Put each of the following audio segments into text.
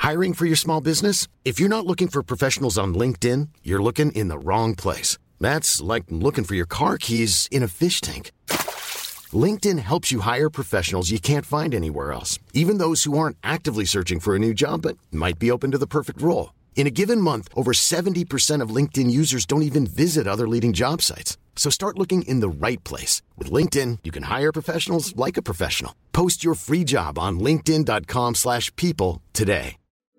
Hiring for your small business? If you're not looking for professionals on LinkedIn, you're looking in the wrong place. That's like looking for your car keys in a fish tank. LinkedIn helps you hire professionals you can't find anywhere else, even those who aren't actively searching for a new job but might be open to the perfect role. In a given month, over 70% of LinkedIn users don't even visit other leading job sites. So start looking in the right place. With LinkedIn, you can hire professionals like a professional. Post your free job on linkedin.com/people today.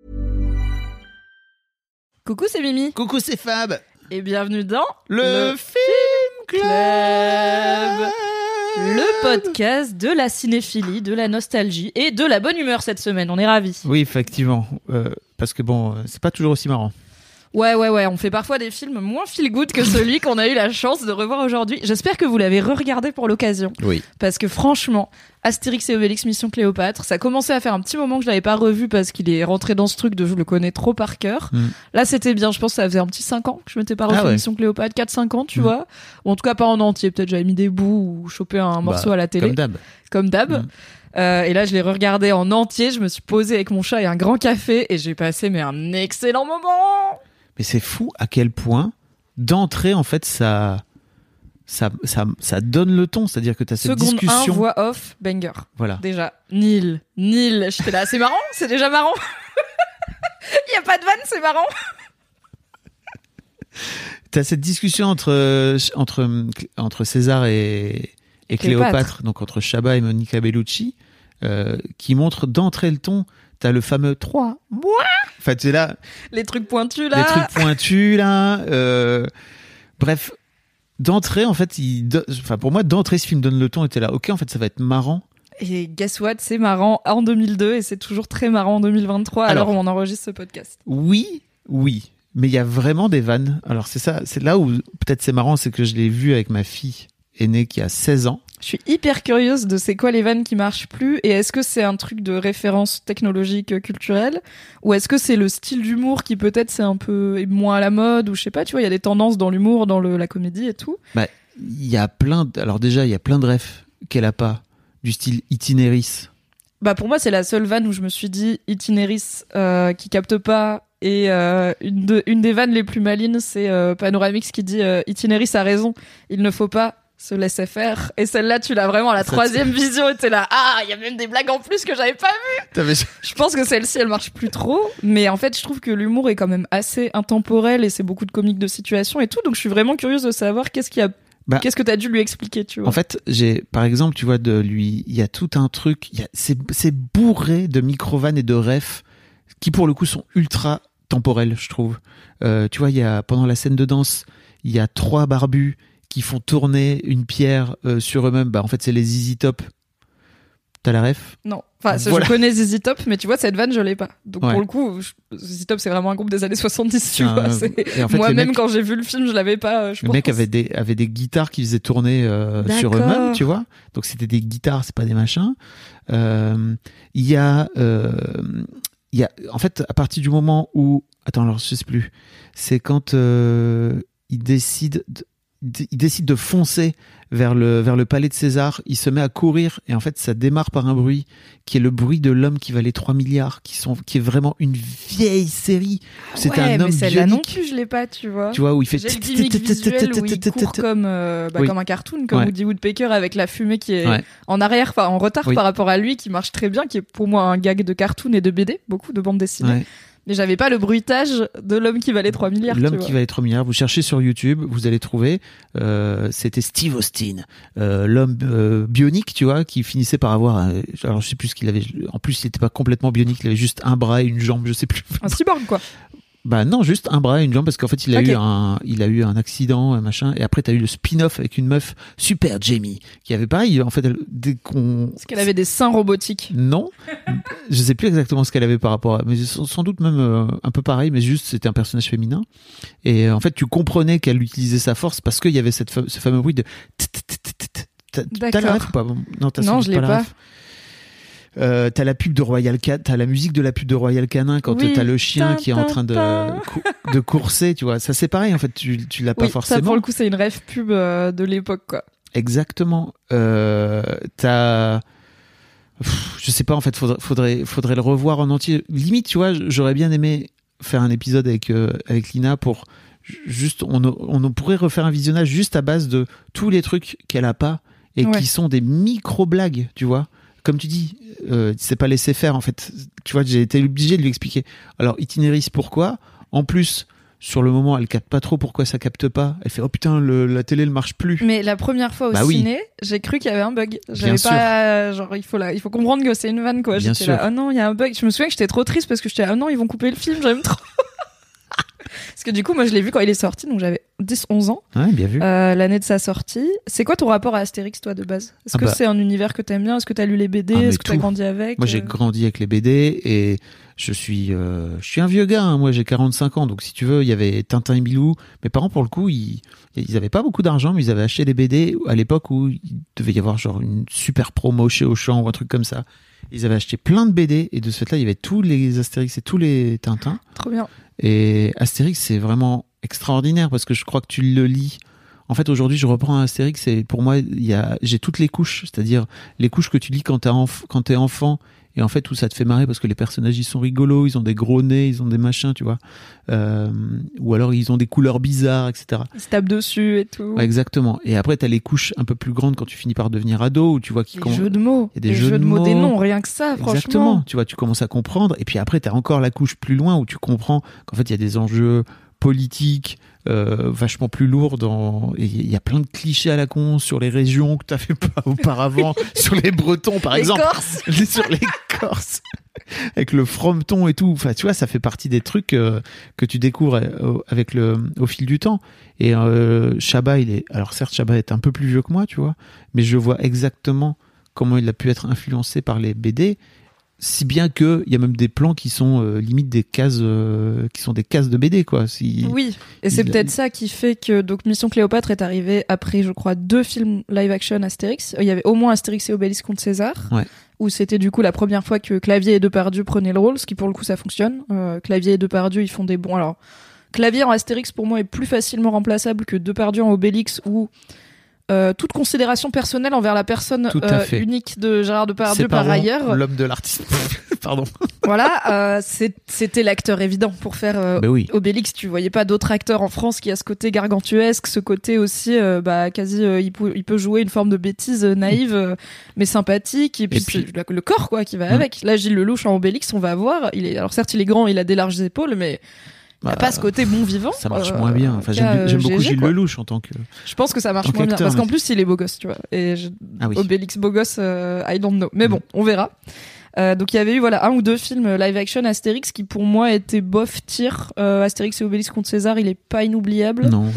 Coucou, c'est Mimi. Coucou, c'est Fab. Et bienvenue dans le Film Club. Le podcast de la cinéphilie, de la nostalgie et de la bonne humeur cette semaine. On est ravis. Oui, effectivement. Parce que bon, c'est pas toujours aussi marrant. Ouais. On fait parfois des films moins feel good que celui qu'on a eu la chance de revoir aujourd'hui. J'espère que vous l'avez re-regardé pour l'occasion. Oui. Parce que franchement, Astérix et Obélix Mission Cléopâtre, ça commençait à faire un petit moment que je l'avais pas revu parce qu'il est rentré dans ce truc de je le connais trop par cœur. Là, c'était bien. Je pense que ça faisait un petit 5 ans que je m'étais pas refait Mission Cléopâtre. 4-5 ans, tu vois. Ou en tout cas pas en entier. Peut-être j'avais mis des bouts ou chopé un morceau à la télé. Comme d'hab. Et là, je l'ai regardé en entier. Je me suis posée avec mon chat et un grand café et j'ai passé un excellent moment. Mais c'est fou à quel point d'entrée, en fait, ça donne le ton. C'est-à-dire que tu as cette discussion. Seconde 1, voix off, banger. Voilà. Déjà, Nil, j'étais là. C'est marrant, c'est déjà marrant. Il n'y a pas de vanne, c'est marrant. Tu as cette discussion entre César et Cléopâtre, donc entre Chabat et Monica Bellucci, qui montre d'entrée le ton. T'as le fameux 3 mois. Enfin, c'est là. Les trucs pointus, là. Bref, d'entrée, en fait, pour moi, d'entrée, ce film donne le ton et t'es là. Ok, en fait, ça va être marrant. Et guess what? C'est marrant en 2002 et c'est toujours très marrant en 2023. Alors on enregistre ce podcast. Oui. Mais il y a vraiment des vannes. Alors, c'est là où peut-être c'est marrant, c'est que je l'ai vu avec ma fille aînée qui a 16 ans. Je suis hyper curieuse de c'est quoi les vannes qui marchent plus et est-ce que c'est un truc de référence technologique culturelle ou est-ce que c'est le style d'humour qui peut-être c'est un peu moins à la mode ou je sais pas, tu vois, il y a des tendances dans l'humour, dans la comédie et tout. Bah, il y a plein de refs qu'elle a pas du style Itinéris. Bah pour moi c'est la seule vanne où je me suis dit Itinéris qui capte pas et une des vannes les plus malines c'est Panoramix qui dit Itinéris a raison, il ne faut pas se laisser faire. Et celle-là, tu l'as vraiment à la troisième vision et t'es là. Ah, il y a même des blagues en plus que j'avais pas vues. Je pense que celle-ci, elle marche plus trop. Mais en fait, je trouve que l'humour est quand même assez intemporel et c'est beaucoup de comiques de situation et tout. Donc, je suis vraiment curieuse de savoir qu'est-ce que t'as dû lui expliquer, tu vois. En fait, par exemple, tu vois, il y a tout un truc, c'est bourré de micro-vannes et de refs qui, pour le coup, sont ultra temporels, je trouve. Tu vois, pendant la scène de danse, il y a 3 barbus qui font tourner une pierre sur eux-mêmes. Bah, en fait, c'est les ZZ Top. T'as la ref ? Non. Enfin, voilà. Je connais ZZ Top, mais tu vois, cette vanne, je l'ai pas. Donc, pour le coup, ZZ Top, c'est vraiment un groupe des années 70, tu vois. En fait, moi-même, quand j'ai vu le film, je l'avais pas. Le mec avait des guitares qui faisaient tourner sur eux-mêmes, tu vois. Donc, c'était des guitares, c'est pas des machins. Il y a, en fait, à partir du moment où... Attends, alors, je sais plus. C'est quand il décide de foncer vers le palais de César, il se met à courir et en fait ça démarre par un bruit qui est le bruit de l'homme qui valait 3 milliards qui est vraiment une vieille série. C'était un homme mais celle-là bionique. Non plus je l'ai pas, tu vois. Tu vois où il fait le gimmick visuel où il court comme un cartoon, comme Woody Woodpecker avec la fumée qui est en arrière, enfin en retard par rapport à lui, qui marche très bien, qui est pour moi un gag de cartoon et de BD, beaucoup de bandes dessinées. Mais j'avais pas le bruitage de l'homme qui valait 3 milliards. L'homme qui valait 3 milliards. Vous cherchez sur YouTube, vous allez trouver. C'était Steve Austin, l'homme bionique, tu vois, qui finissait par avoir. Alors je sais plus ce qu'il avait. En plus, il était pas complètement bionique. Il avait juste un bras et une jambe. Je sais plus. Un cyborg, quoi. Bah non, juste un bras et une jambe parce qu'en fait il a eu un accident, un machin, et après t'as eu le spin-off avec une meuf super Jamie qui avait pareil en fait Est-ce qu'elle avait des seins robotiques? Non, je sais plus exactement ce qu'elle avait par rapport à, mais sans doute même un peu pareil, mais juste c'était un personnage féminin et en fait tu comprenais qu'elle utilisait sa force parce qu'il y avait ce fameux bruit de. T'as la ref ou pas? Non, je l'ai pas. T'as la pub de Royal Canin, t'as la musique de la pub de Royal Canin quand t'as le chien qui est en train de courser, tu vois. Ça c'est pareil en fait, tu l'as pas forcément. Ça pour le coup c'est une rêve pub de l'époque quoi. Exactement. Je sais pas, en fait, faudrait le revoir en entier. Limite, tu vois, j'aurais bien aimé faire un épisode avec Lina pour juste, on pourrait refaire un visionnage juste à base de tous les trucs qu'elle a pas et qui sont des micro-blagues, tu vois. Comme tu dis, c'est pas laissé faire, en fait. Tu vois, j'ai été obligé de lui expliquer. Alors, Itinéris, pourquoi? En plus, sur le moment, elle capte pas trop pourquoi ça capte pas. Elle fait oh putain, la télé ne marche plus. Mais la première fois au ciné, j'ai cru qu'il y avait un bug. J'avais pas genre il faut comprendre que c'est une vanne quoi. Bien j'étais sûr. là oh non, il y a un bug. Je me souviens que j'étais trop triste parce que j'étais oh non, ils vont couper le film, j'aime trop. Parce que du coup, moi je l'ai vu quand il est sorti, donc j'avais 10-11 ans. Ouais, bien vu. L'année de sa sortie. C'est quoi ton rapport à Astérix toi de base? Est-ce que c'est un univers que t'aimes bien? Est-ce que t'as lu les BD? Est-ce que t'as grandi avec? Moi j'ai grandi avec les BD et je suis un vieux gars, hein. Moi j'ai 45 ans, donc si tu veux, il y avait Tintin et Milou. Mes parents pour le coup, ils avaient pas beaucoup d'argent, mais ils avaient acheté des BD à l'époque où il devait y avoir genre une super promo chez Auchan ou un truc comme ça. Ils avaient acheté plein de BD et de ce fait-là, il y avait tous les Astérix et tous les Tintins. Trop bien. Et Astérix, c'est vraiment extraordinaire parce que je crois que tu le lis. En fait, aujourd'hui, je reprends Astérix et pour moi, j'ai toutes les couches, c'est-à-dire les couches que tu lis quand t'es enfant et en fait où ça te fait marrer parce que les personnages ils sont rigolos, ils ont des gros nez, ils ont des machins, tu vois, ou alors ils ont des couleurs bizarres, etc. Ils se tapent dessus et tout. Ouais, exactement. Et après, t'as les couches un peu plus grandes quand tu finis par devenir ado, où tu vois les jeux de mots. Il y a des jeux de mots, des noms, rien que ça, franchement. Exactement. Tu vois, tu commences à comprendre. Et puis après, t'as encore la couche plus loin où tu comprends qu'en fait, il y a des enjeux politiques vachement plus lourds. Il y a plein de clichés à la con sur les régions que t'as fait pas auparavant, sur les Bretons, par exemple. Corses. Sur les Corses. Avec le frometon et tout. Enfin, tu vois, ça fait partie des trucs que tu découvres au fil du temps. Et Chabat, alors certes, Chabat est un peu plus vieux que moi, tu vois, mais je vois exactement comment il a pu être influencé par les BD, si bien que il y a même des plans qui sont limite des cases, qui sont des cases de BD, quoi. Oui, et c'est peut-être ça qui fait que donc Mission Cléopâtre est arrivé après, je crois, 2 films live-action Astérix. Il y avait au moins Astérix et Obélix contre César. Ouais. Où c'était du coup la première fois que Clavier et Depardieu prenaient le rôle, ce qui pour le coup ça fonctionne. Clavier et Depardieu ils font des bons. Alors Clavier en Astérix pour moi est plus facilement remplaçable que Depardieu en Obélix où toute considération personnelle envers la personne unique de Gérard Depardieu par ailleurs. L'homme de l'artiste. Pardon. Voilà, c'était l'acteur évident pour faire Obélix. Tu voyais pas d'autres acteurs en France qui a ce côté gargantuesque, ce côté aussi quasi il peut jouer une forme de bêtise naïve mais sympathique et puis le corps quoi qui va avec. Là Gilles Lelouch en Obélix, on va voir, alors certes il est grand, il a des larges épaules mais il n'y a pas ce côté bon vivant. Ça marche moins bien. Enfin, j'aime beaucoup Gilles Lelouch en tant que. Je pense que ça marche moins bien. Parce qu'en plus, il est beau gosse, tu vois. Et Obélix beau gosse, I don't know. Mais bon, on verra. Donc, il y avait eu, 1 ou 2 films live action Astérix qui, pour moi, étaient bof tir. Astérix et Obélix contre César, il est pas inoubliable. Non.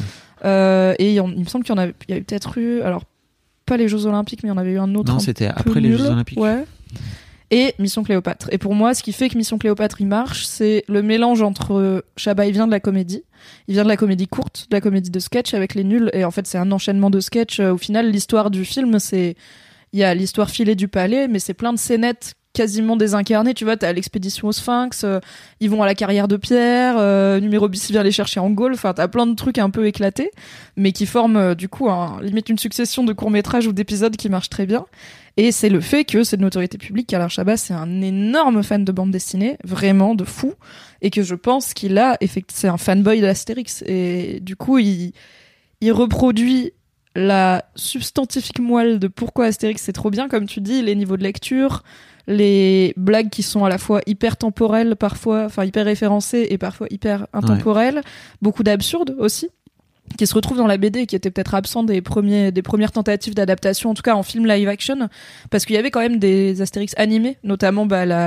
Et il me semble qu'il y a eu peut-être eu, alors, pas les Jeux Olympiques, mais il y en avait eu un autre. Non, c'était après les Jeux Olympiques. Ouais. Et Mission Cléopâtre. Et pour moi, ce qui fait que Mission Cléopâtre, il marche, c'est le mélange entre Chabat, il vient de la comédie. Il vient de la comédie courte, de la comédie de sketch avec les nuls. Et en fait, c'est un enchaînement de sketch. Au final, l'histoire du film, il y a l'histoire filée du palais, mais c'est plein de scénettes quasiment désincarnées. Tu vois, t'as l'expédition au Sphinx, ils vont à la carrière de Pierre, Numéro bis vient les chercher en Gaule. Enfin, t'as plein de trucs un peu éclatés, mais qui forment du coup limite une succession de courts-métrages ou d'épisodes qui marchent très bien. Et c'est le fait que c'est de notoriété publique qu'Alain Chabat, c'est un énorme fan de bande dessinée, vraiment de fou, et que je pense c'est un fanboy d'Astérix. Et du coup, il reproduit la substantifique moelle de pourquoi Astérix c'est trop bien, comme tu dis, les niveaux de lecture, les blagues qui sont à la fois hyper temporelles parfois, enfin hyper référencées et parfois hyper intemporelles, beaucoup d'absurdes aussi, qui se retrouvent dans la BD et qui étaient peut-être absents des premières tentatives d'adaptation, en tout cas en film live action, parce qu'il y avait quand même des Astérix animés, notamment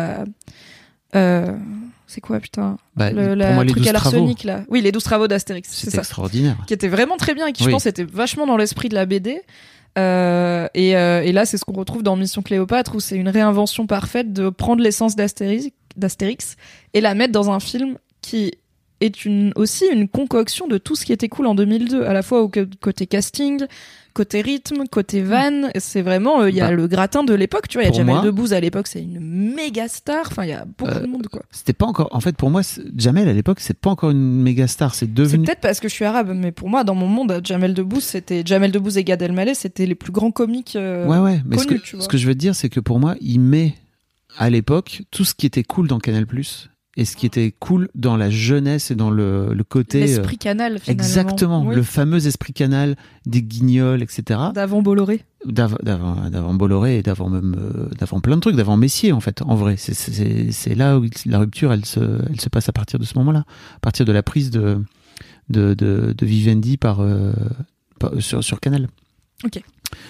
c'est quoi putain le truc à l'arsenic là. Oui, les 12 travaux d'Astérix, c'est ça. Extraordinaire. Qui était vraiment très bien et qui je pense était vachement dans l'esprit de la BD. Et là c'est ce qu'on retrouve dans Mission Cléopâtre où c'est une réinvention parfaite de prendre l'essence d'Astérix et la mettre dans un film qui est aussi une concoction de tout ce qui était cool en 2002, à la fois côté casting, côté rythme, côté van. C'est vraiment, il y a le gratin de l'époque, tu vois. Il y a Jamel Debbouze à l'époque, c'est une méga star. Enfin, il y a beaucoup de monde, quoi. C'était pas encore, en fait, pour moi, Jamel à l'époque, c'est pas encore une méga star. C'est devenu. C'est peut-être parce que je suis arabe, mais pour moi, dans mon monde, Jamel Debbouze et Gad Elmaleh, c'était les plus grands comiques ouais. Mais connus, ce que je veux te dire, c'est que pour moi, il met à l'époque tout ce qui était cool dans Canal+. Et ce qui était cool dans la jeunesse et dans le côté... L'esprit Canal, finalement. Exactement, oui. Le fameux esprit Canal, des Guignols, etc. D'avant Bolloré. D'avant Bolloré et d'avant plein de trucs, d'avant Messier, en fait, en vrai. C'est là où la rupture, elle se passe à partir de ce moment-là. À partir de la prise de Vivendi sur Canal. Ok.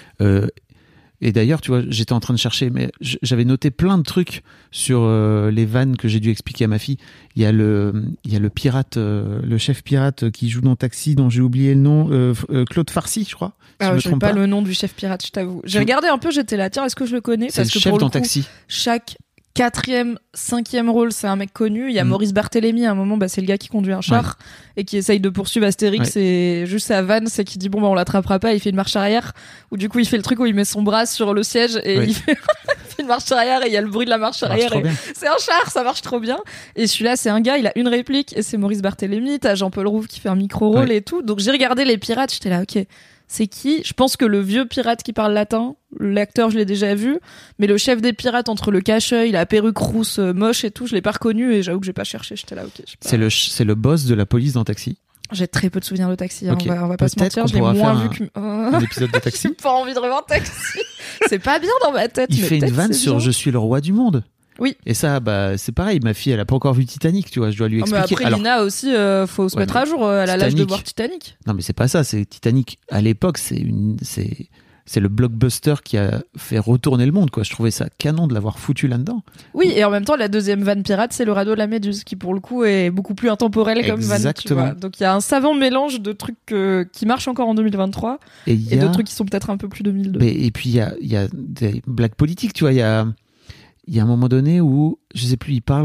Et d'ailleurs, tu vois, j'étais en train de chercher, mais j'avais noté plein de trucs sur les vannes que j'ai dû expliquer à ma fille. Il y a le pirate, le chef pirate qui joue dans Taxi, dont j'ai oublié le nom, Claude Farcy, je crois. Je sais pas le nom du chef pirate, je t'avoue. J'ai regardé un peu, j'étais là, tiens, est-ce que je le connais? C'est le chef dans Taxi. Chaque 4e, 5e rôle, c'est un mec connu. Il y a Maurice Barthélémy, à un moment, c'est le gars qui conduit un char et qui essaye de poursuivre Astérix. Et juste sa vanne, c'est qu'il dit bon, on l'attrapera pas. Il fait une marche arrière. Ou du coup, il fait le truc où il met son bras sur le siège et il fait une marche arrière et il y a le bruit de la marche arrière. C'est un char, ça marche trop bien. Et celui-là, c'est un gars, il a une réplique et c'est Maurice Barthélémy. T'as Jean-Paul Rouve qui fait un micro-rôle et tout. Donc j'ai regardé les pirates, j'étais là, ok. C'est qui? Je pense que le vieux pirate qui parle latin, l'acteur, je l'ai déjà vu, mais le chef des pirates entre le cache-œil, la perruque rousse moche et tout, je l'ai pas reconnu et j'avoue que j'ai pas cherché. J'étais là, ok. C'est le boss de la police dans Taxi. J'ai très peu de souvenirs de Taxi. Okay. On va pas se mentir. Je l'ai moins vu que un épisode de Taxi. J'ai pas envie de revoir Taxi. C'est pas bien dans ma tête. Il fait une vanne sur Je suis le roi du monde. Oui. Et ça, c'est pareil. Ma fille, elle a pas encore vu Titanic, tu vois. Je dois lui expliquer. Mais après, Lina aussi, faut se mettre à jour. Elle a l'âge de voir Titanic. Non, mais c'est pas ça. C'est Titanic. À l'époque, c'est le blockbuster qui a fait retourner le monde, quoi. Je trouvais ça canon de l'avoir foutu là-dedans. Oui, et en même temps, la deuxième vanne pirate, c'est le radeau de la Méduse, qui pour le coup est beaucoup plus intemporel comme vanne. Tu vois. Donc il y a un savant mélange de trucs qui marchent encore en 2023 et de trucs qui sont peut-être un peu plus 2002. Et puis il y a des blagues politiques, tu vois. Il y a un moment donné où, je sais plus, il parle,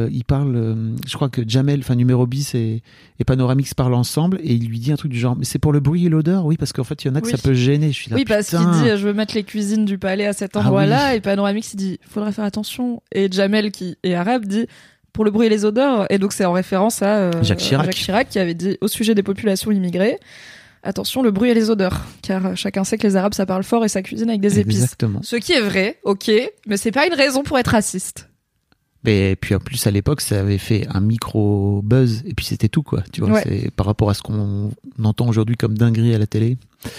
je crois que Jamel, enfin Numéro Bis et Panoramix parlent ensemble et il lui dit un truc du genre, mais c'est pour le bruit et l'odeur? Oui, parce qu'en fait, il y en a que ça peut gêner. Je suis là, parce qu'il dit, je veux mettre les cuisines du palais à cet endroit-là, et Panoramix, il dit, faudrait faire attention. Et Jamel, qui est arabe, dit, pour le bruit et les odeurs. Et donc, c'est en référence à Jacques Chirac, qui avait dit, au sujet des populations immigrées, attention, le bruit et les odeurs, car chacun sait que les Arabes, ça parle fort et ça cuisine avec des épices. Exactement. Ce qui est vrai, ok, mais c'est pas une raison pour être raciste. Et puis en plus, à l'époque, ça avait fait un micro buzz, et puis c'était tout, quoi. Tu vois, c'est par rapport à ce qu'on entend aujourd'hui comme dinguerie à la télé.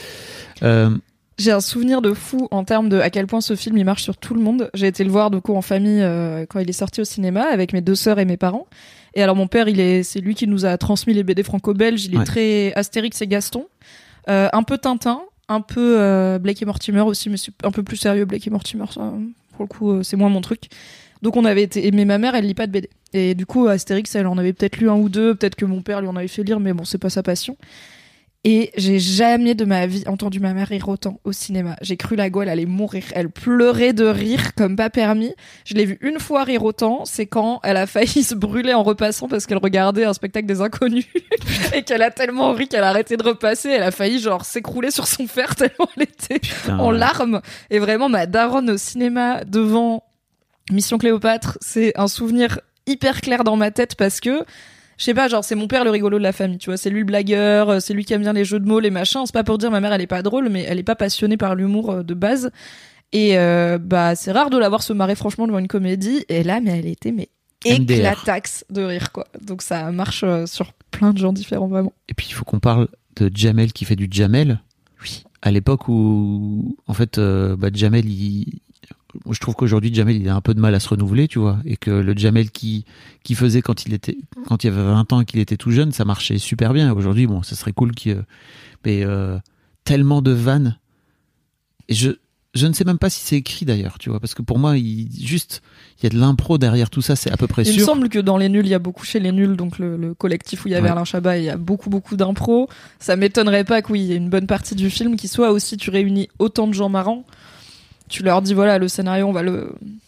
J'ai un souvenir de fou en termes de à quel point ce film il marche sur tout le monde. J'ai été le voir du coup en famille quand il est sorti au cinéma avec mes 2 sœurs et mes parents. Et alors mon père, c'est lui qui nous a transmis les BD franco-belges. Il est très Astérix et Gaston, un peu Tintin, un peu Blake et Mortimer aussi, mais c'est un peu plus sérieux Blake et Mortimer. Ça, pour le coup, c'est moins mon truc. Donc on avait été, mais ma mère, elle lit pas de BD. Et du coup Astérix, elle en avait peut-être lu un ou deux, peut-être que mon père lui en avait fait lire, mais bon, c'est pas sa passion. Et j'ai jamais de ma vie entendu ma mère rire autant au cinéma. J'ai cru la Gaule allait mourir. Elle pleurait de rire comme pas permis. Je l'ai vue une fois rire autant, c'est quand elle a failli se brûler en repassant parce qu'elle regardait un spectacle des Inconnus et qu'elle a tellement ri qu'elle a arrêté de repasser. Elle a failli genre s'écrouler sur son fer tellement elle était en larmes. Et vraiment, ma daronne au cinéma devant Mission Cléopâtre, c'est un souvenir hyper clair dans ma tête parce que je sais pas, genre c'est mon père le rigolo de la famille, tu vois, c'est lui le blagueur, c'est lui qui aime bien les jeux de mots, les machins. C'est pas pour dire ma mère elle est pas drôle, mais elle est pas passionnée par l'humour de base. Et c'est rare de la voir se marrer franchement devant une comédie. Et là, mais elle était éclataxe de rire, quoi. Donc ça marche sur plein de gens différents, vraiment. Et puis il faut qu'on parle de Jamel qui fait du Jamel. Oui. À l'époque où en fait Jamel je trouve qu'aujourd'hui Jamel il a un peu de mal à se renouveler, tu vois, et que le Jamel qui faisait quand il avait 20 ans et qu'il était tout jeune, ça marchait super bien. Aujourd'hui, bon, ça serait cool mais tellement de vannes. Et je ne sais même pas si c'est écrit d'ailleurs, tu vois, parce que pour moi, il y a de l'impro derrière tout ça, c'est à peu près sûr. Il me semble que dans Les Nuls, il y a beaucoup chez Les Nuls, donc le collectif où il y avait Alain Chabat, il y a beaucoup d'impro. Ça m'étonnerait pas qu'il y ait une bonne partie du film qui soit aussi, tu réunis autant de gens marrants. Tu leur dis voilà le scénario on va le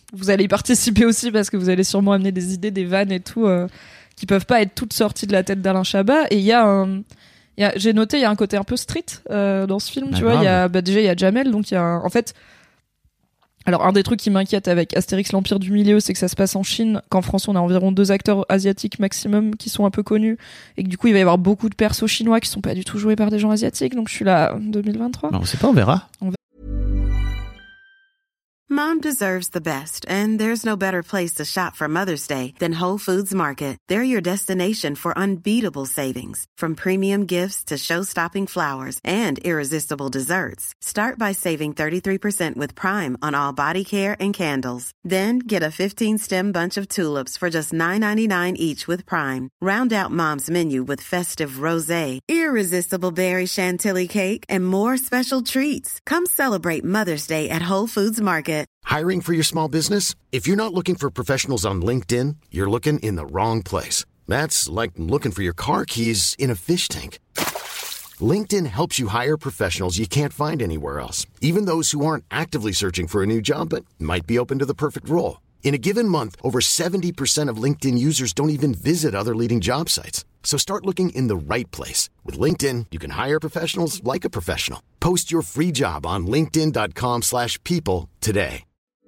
vous allez y participer aussi parce que vous allez sûrement amener des idées, des vannes et tout qui peuvent pas être toutes sorties de la tête d'Alain Chabat. Et j'ai noté, il y a un côté un peu street dans ce film, tu vois. Déjà il y a Jamel, donc il y a en fait. Alors un des trucs qui m'inquiète avec Astérix l'Empire du Milieu, c'est que ça se passe en Chine, qu'en France on a environ 2 acteurs asiatiques maximum qui sont un peu connus, et que du coup il va y avoir beaucoup de persos chinois qui sont pas du tout joués par des gens asiatiques, donc je suis là en 2023. Non, on sait pas, on verra. Mom deserves the best, and there's no better place to shop for Mother's Day than Whole Foods Market. They're your destination for unbeatable savings, from premium gifts to show-stopping flowers and irresistible desserts. Start by saving 33% with Prime on all body care and candles. Then get a 15-stem bunch of tulips for just $9.99 each with Prime. Round out Mom's menu with festive rosé, irresistible berry chantilly cake, and more special treats. Come celebrate Mother's Day at Whole Foods Market. Hiring for your small business? If you're not looking for professionals on LinkedIn, you're looking in the wrong place. That's like looking for your car keys in a fish tank. LinkedIn helps you hire professionals you can't find anywhere else, even those who aren't actively searching for a new job but might be open to the perfect role. In a given month, over 70% of LinkedIn users don't even visit other leading job sites. So start looking in the right place. With LinkedIn, you can hire professionals like a professional. Post your free job on linkedin.com/people today.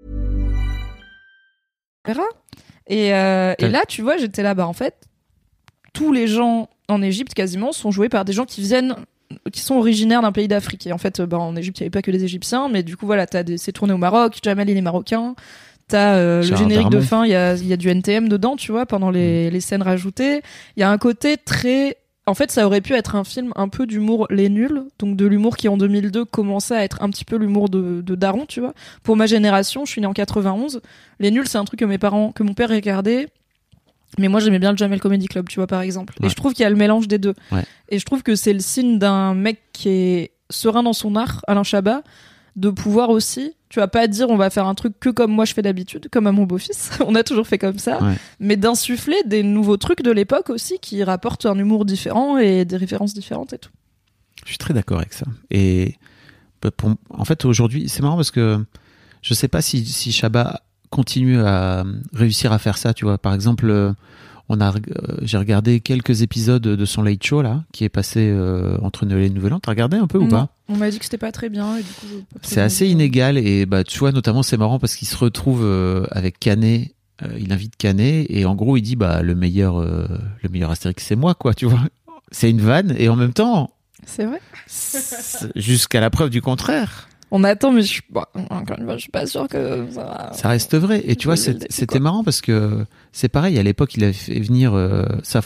Et là, tu vois, j'étais là, en fait, tous les gens en Égypte quasiment sont joués par des gens qui sont originaires d'un pays d'Afrique. Et en fait, en Égypte, il n'y avait pas que des Égyptiens, mais du coup, voilà, c'est tourné au Maroc, Jamel, il est marocain. T'as le générique de fin, il y a du NTM dedans, tu vois, pendant les scènes rajoutées. Il y a un côté très... En fait, ça aurait pu être un film un peu d'humour Les Nuls, donc de l'humour qui en 2002 commençait à être un petit peu l'humour de daron, tu vois. Pour ma génération, je suis née en 91. Les Nuls, c'est un truc que mon père regardait. Mais moi, j'aimais bien le Jamel Comedy Club, tu vois, par exemple. Ouais. Et je trouve qu'il y a le mélange des deux. Ouais. Et je trouve que c'est le signe d'un mec qui est serein dans son art, Alain Chabat, de pouvoir aussi, tu vas pas dire on va faire un truc que comme moi je fais d'habitude, comme à mon beau-fils, on a toujours fait comme ça, mais d'insuffler des nouveaux trucs de l'époque aussi qui rapportent un humour différent et des références différentes et tout. Je suis très d'accord avec ça. Et en fait aujourd'hui, c'est marrant parce que je sais pas si Chabat continue à réussir à faire ça, tu vois. Par exemple, j'ai regardé quelques épisodes de son Late Show là, qui est passé entre Noël et Nouvel An. T'as regardé un peu ou pas ? On m'a dit que c'était pas très bien. Et du coup, c'est assez inégal et tu vois, notamment c'est marrant parce qu'il se retrouve avec Canet. Il invite Canet et en gros il dit le meilleur Astérix c'est moi, quoi, tu vois. C'est une vanne et en même temps. C'est vrai. Jusqu'à la preuve du contraire. On attend, mais je suis pas sûr que ça reste vrai. Et tu vois, c'était marrant parce que c'est pareil. À l'époque, il avait fait venir ça.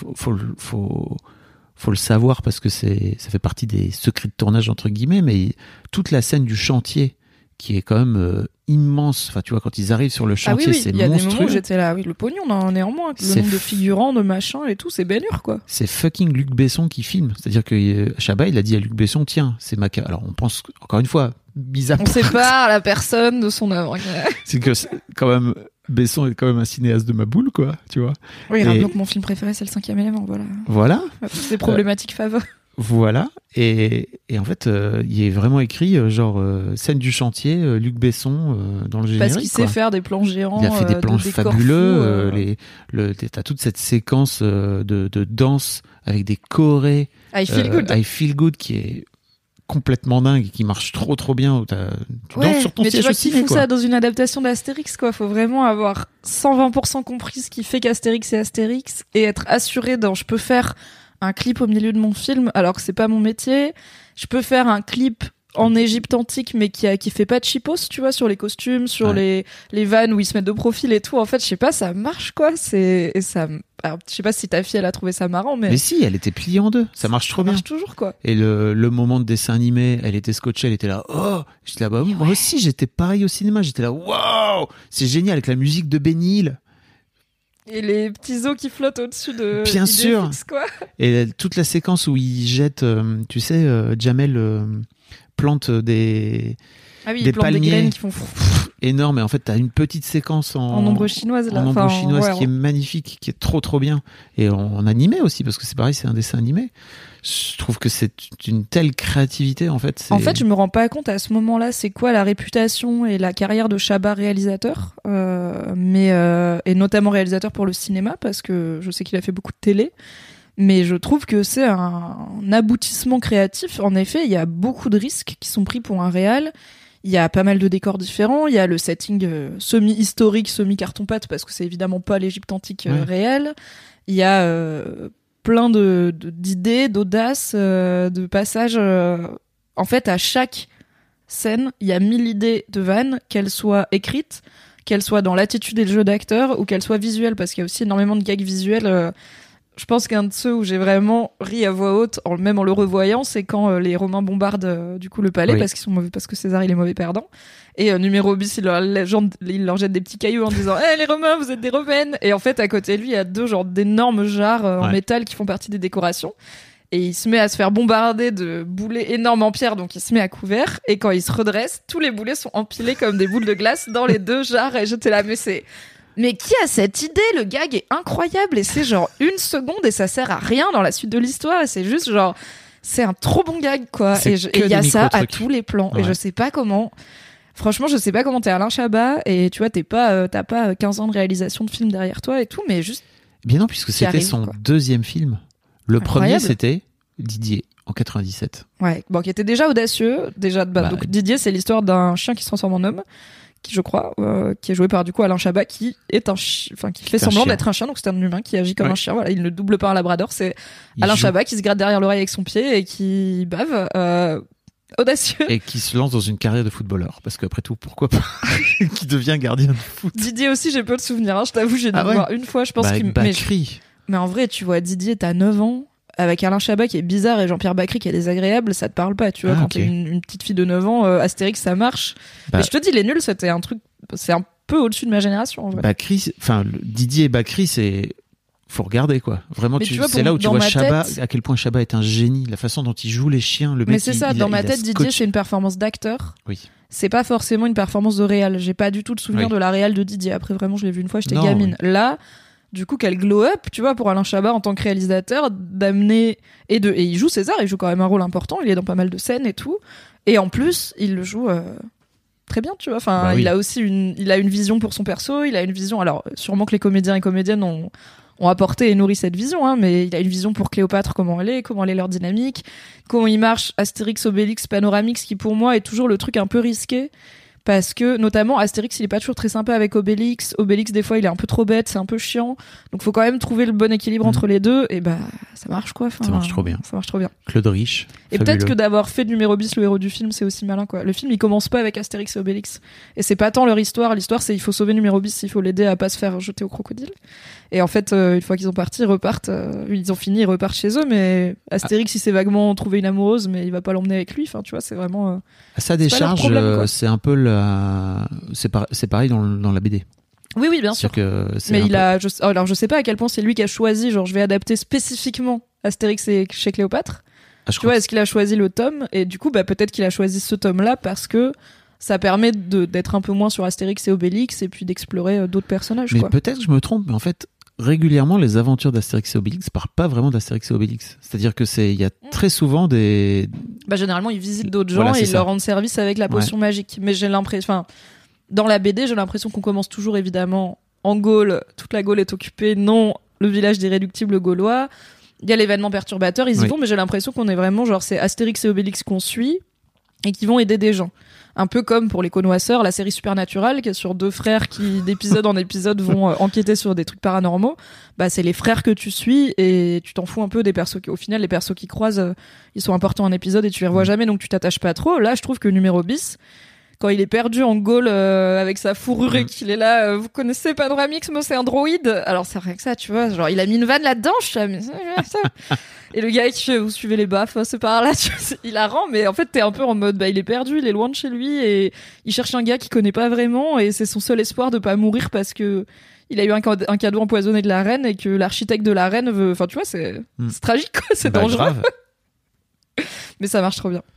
Faut le savoir parce que ça fait partie des secrets de tournage entre guillemets. Mais toute la scène du chantier qui est quand même immense. Enfin, tu vois, quand ils arrivent sur le chantier, c'est monstrueux. Il y a des moments où j'étais là, le pognon, néanmoins, le nombre de figurants, de machins et tout, c'est baignure, quoi. C'est fucking Luc Besson qui filme. C'est-à-dire que Chabat, il a dit à Luc Besson, tiens, c'est ma... Alors, on pense, encore une fois, bizarre. On sépare la personne de son œuvre. C'est que quand même, Besson est quand même un cinéaste de ma boule, quoi, tu vois. Oui, rappelons que mon film préféré, c'est Le 5e élément, voilà. Voilà. C'est problématique faveur. Voilà, et en fait, il est vraiment écrit scène du chantier, Luc Besson dans le générique. Parce qu'il sait faire des plans géants. Il a fait des plans fabuleux. T'as toute cette séquence de danse avec des chorés. I Feel Good qui est complètement dingue et qui marche trop bien. Tu danses sur ton siège. Mais tu vois aussi, qu'il faut ça dans une adaptation d'Astérix, quoi. Faut vraiment avoir 120% compris ce qui fait qu'Astérix est Astérix et être assuré je peux faire un clip au milieu de mon film alors que c'est pas mon métier. Je peux faire un clip en Égypte antique mais qui fait pas de cheapos, tu vois, sur les costumes, sur les vannes où ils se mettent de profil et tout. En fait, je sais pas, ça marche, quoi. Alors, je sais pas si ta fille elle a trouvé ça marrant, mais si, elle était pliée en deux. Ça marche trop bien. Ça marche toujours, quoi. Et le moment de dessin animé, elle était scotchée, elle était là. Oh, j'étais là. Moi aussi, j'étais pareil au cinéma. J'étais là. Waouh, c'est génial avec la musique de Benny Hill. Et les petits os qui flottent au-dessus de... Bien sûr. Quoi. Et toute la séquence où ils jettent, tu sais, Jamel plante des des palmiers des graines qui font énormes. Et en fait, t'as une petite séquence en ombre chinoise là. En ombre chinoise qui est magnifique, qui est trop bien. Et en animé aussi, parce que c'est pareil, c'est un dessin animé. Je trouve que c'est une telle créativité en fait. En fait, je me rends pas compte à ce moment-là, c'est quoi la réputation et la carrière de Chabat réalisateur, et notamment réalisateur pour le cinéma, parce que je sais qu'il a fait beaucoup de télé. Mais je trouve que c'est un aboutissement créatif. En effet, il y a beaucoup de risques qui sont pris pour un réal. Il y a pas mal de décors différents. Il y a le setting semi-historique, semi-carton-pâte, parce que c'est évidemment pas l'Égypte antique réelle. Il y a plein d'idées, d'audace, de passages. En fait, à chaque scène, il y a 1000 idées de vannes, qu'elles soient écrites, qu'elles soient dans l'attitude et le jeu d'acteur, ou qu'elles soient visuelles, parce qu'il y a aussi énormément de gags visuels. Je pense qu'un de ceux où j'ai vraiment ri à voix haute, même en le revoyant, c'est quand les Romains bombardent du coup le palais, parce qu'ils sont mauvais, parce que César il est mauvais perdant. Et numéro bis, il leur jette des petits cailloux en disant hey, les Romains, vous êtes des Romaines. Et en fait, à côté de lui, il y a deux genre d'énormes jarres en métal qui font partie des décorations. Et il se met à se faire bombarder de boulets énormes en pierre, donc il se met à couvert. Et quand il se redresse, tous les boulets sont empilés comme des boules de glace dans les deux jarres. Et j'étais là, mais qui a cette idée? Le gag est incroyable et c'est genre 1 seconde et ça sert à rien dans la suite de l'histoire et c'est juste genre c'est un trop bon gag quoi. Et il y a ça à tous les plans et je sais pas comment. Franchement, je sais pas comment t'es Alain Chabat et tu vois t'as pas 15 ans de réalisation de film derrière toi et tout, mais juste. Bien non, puisque c'était son deuxième film. Le premier c'était Didier en 97. Ouais, bon, qui était déjà audacieux donc Didier, c'est l'histoire d'un chien qui se transforme en homme. Qui je crois qui est joué par du coup Alain Chabat, qui est qui fait semblant d'être un chien, donc c'est un humain qui agit comme un chien. Voilà, il ne double pas un labrador, c'est Alain Chabat qui se gratte derrière l'oreille avec son pied et qui bave, audacieux. Et qui se lance dans une carrière de footballeur, parce qu'après tout, pourquoi pas, qui devient gardien de foot. Didier aussi, j'ai peu de souvenirs, je t'avoue, j'ai dû le voir une fois, je pense mais en vrai, tu vois, Didier, t'as 9 ans. Avec Alain Chabat qui est bizarre et Jean-Pierre Bacri qui est désagréable, ça te parle pas, tu vois, quand t'es une petite fille de 9 ans, Astérix ça marche. Mais je te dis, Les Nuls, c'était un truc, c'est un peu au-dessus de ma génération en vrai. Didier et Bacri, faut regarder quoi. Vraiment, c'est là où tu vois Chabat, à quel point Chabat est un génie, la façon dont il joue les chiens, le mec. Mais c'est ça, dans ma tête, Didier c'est une performance d'acteur. Oui. C'est pas forcément une performance de réal. J'ai pas du tout de souvenir de la réal de Didier. Après vraiment, je l'ai vu une fois, j'étais gamine. Oui. Là, du coup, quel glow-up, tu vois, pour Alain Chabat en tant que réalisateur, d'amener et il joue César, il joue quand même un rôle important, il est dans pas mal de scènes et tout, et en plus, il le joue très bien, tu vois. Enfin, il a aussi il a une vision pour son perso, il a une vision. Alors, sûrement que les comédiens et comédiennes ont apporté et nourri cette vision, hein, mais il a une vision pour Cléopâtre, comment elle est leur dynamique, comment il marche, Astérix, Obélix, Panoramix, qui pour moi est toujours le truc un peu risqué. Parce que, notamment, Astérix, il est pas toujours très sympa avec Obélix. Obélix, des fois, il est un peu trop bête, c'est un peu chiant. Donc, faut quand même trouver le bon équilibre entre les deux. Et ça marche, quoi. Ça marche trop bien. Claude Rich. Et peut-être que d'avoir fait numéro bis le héros du film, c'est aussi malin, quoi. Le film, il commence pas avec Astérix et Obélix. Et c'est pas tant leur histoire. L'histoire, c'est il faut sauver numéro bis, il faut l'aider à pas se faire jeter au crocodile. Et en fait, une fois qu'ils ont parti, ils repartent. Ils ont fini, ils repartent chez eux. Mais Astérix, il s'est vaguement trouvé une amoureuse, mais il va pas l'emmener avec lui. Enfin, tu vois, c'est vraiment. À sa décharge, c'est un peu c'est pareil dans la BD. Oui, bien sûr. Mais alors je sais pas à quel point c'est lui qui a choisi, genre je vais adapter spécifiquement Astérix et chez Cléopâtre. Tu vois, est-ce qu'il a choisi le tome? Et du coup, peut-être qu'il a choisi ce tome-là parce que ça permet d'être un peu moins sur Astérix et Obélix et puis d'explorer d'autres personnages. Mais peut-être que je me trompe, mais en fait, régulièrement, les aventures d'Astérix et Obélix parlent pas vraiment d'Astérix et Obélix. C'est-à-dire que il y a très souvent des. Généralement, ils visitent d'autres gens et ils leur rendent service avec la potion magique. Mais j'ai l'impression, dans la BD, j'ai l'impression qu'on commence toujours évidemment en Gaule. Toute la Gaule est occupée. Non, le village d'irréductibles gaulois. Il y a l'événement perturbateur, ils y vont, mais j'ai l'impression qu'on est vraiment genre c'est Astérix et Obélix qu'on suit et qui vont aider des gens. Un peu comme pour les Connoisseurs, la série Supernatural, qui est sur 2 frères qui, d'épisode en épisode, vont enquêter sur des trucs paranormaux. C'est les frères que tu suis et tu t'en fous un peu des persos au final, les persos qui croisent, ils sont importants en épisode et tu les revois jamais, donc tu t'attaches pas trop. Là, je trouve que numéro bis, quand il est perdu en Gaule avec sa fourrure et qu'il est là, vous connaissez Panoramix, moi c'est un droïde. Alors c'est rien que ça, tu vois, genre il a mis une vanne là-dedans, je suis mais ça. Et le gars qui fait vous suivez les baffes, c'est par là, tu vois, c'est hilarant, mais en fait t'es un peu en mode il est perdu, il est loin de chez lui et il cherche un gars qu'il connaît pas vraiment et c'est son seul espoir de pas mourir parce que il a eu un cadeau empoisonné de la reine et que l'architecte de la reine veut, enfin tu vois, c'est tragique quoi, c'est dangereux. Grave. Mais ça marche trop bien.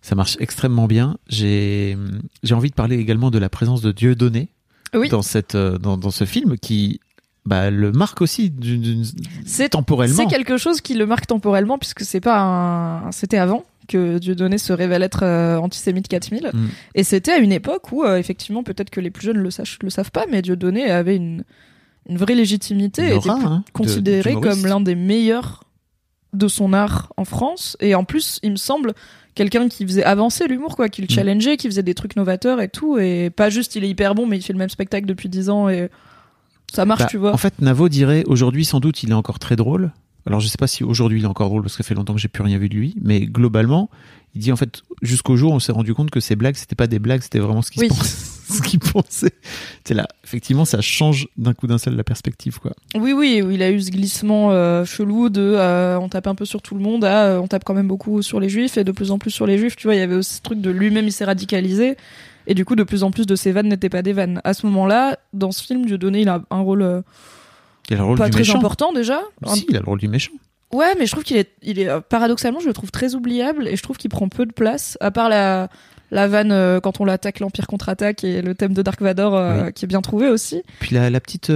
Ça marche extrêmement bien. J'ai envie de parler également de la présence de Dieudonné dans ce film qui le marque aussi temporellement. C'est quelque chose qui le marque temporellement puisque c'était avant que Dieudonné se révèle être antisémite 4000 et c'était à une époque où effectivement peut-être que les plus jeunes le savent pas, mais Dieudonné avait une vraie légitimité et était considéré comme l'un des meilleurs de son art en France, et en plus il me semble quelqu'un qui faisait avancer l'humour, quoi, qui le challengeait, qui faisait des trucs novateurs et tout, et pas juste il est hyper bon mais il fait le même spectacle depuis 10 ans et ça marche, tu vois. En fait, Navo dirait aujourd'hui sans doute il est encore très drôle. Alors je sais pas si aujourd'hui il est encore drôle parce que ça fait longtemps que j'ai plus rien vu de lui, mais globalement il dit en fait jusqu'au jour où on s'est rendu compte que ces blagues c'était pas des blagues, c'était vraiment ce qu'il pensait. C'est là, effectivement ça change d'un coup d'un seul la perspective, quoi. Oui, il a eu ce glissement chelou de on tape un peu sur tout le monde à on tape quand même beaucoup sur les juifs et de plus en plus sur les juifs, tu vois. Il y avait aussi ce truc de lui-même il s'est radicalisé et du coup de plus en plus de ses vannes n'étaient pas des vannes. À ce moment-là, dans ce film, Dieudonné il a un rôle pas très important déjà. Si, il a le rôle du méchant. Ouais, mais je trouve qu'il est paradoxalement, je le trouve très oubliable et je trouve qu'il prend peu de place, à part la vanne quand on l'attaque, l'Empire contre-attaque et le thème de Dark Vador qui est bien trouvé aussi. Puis la petite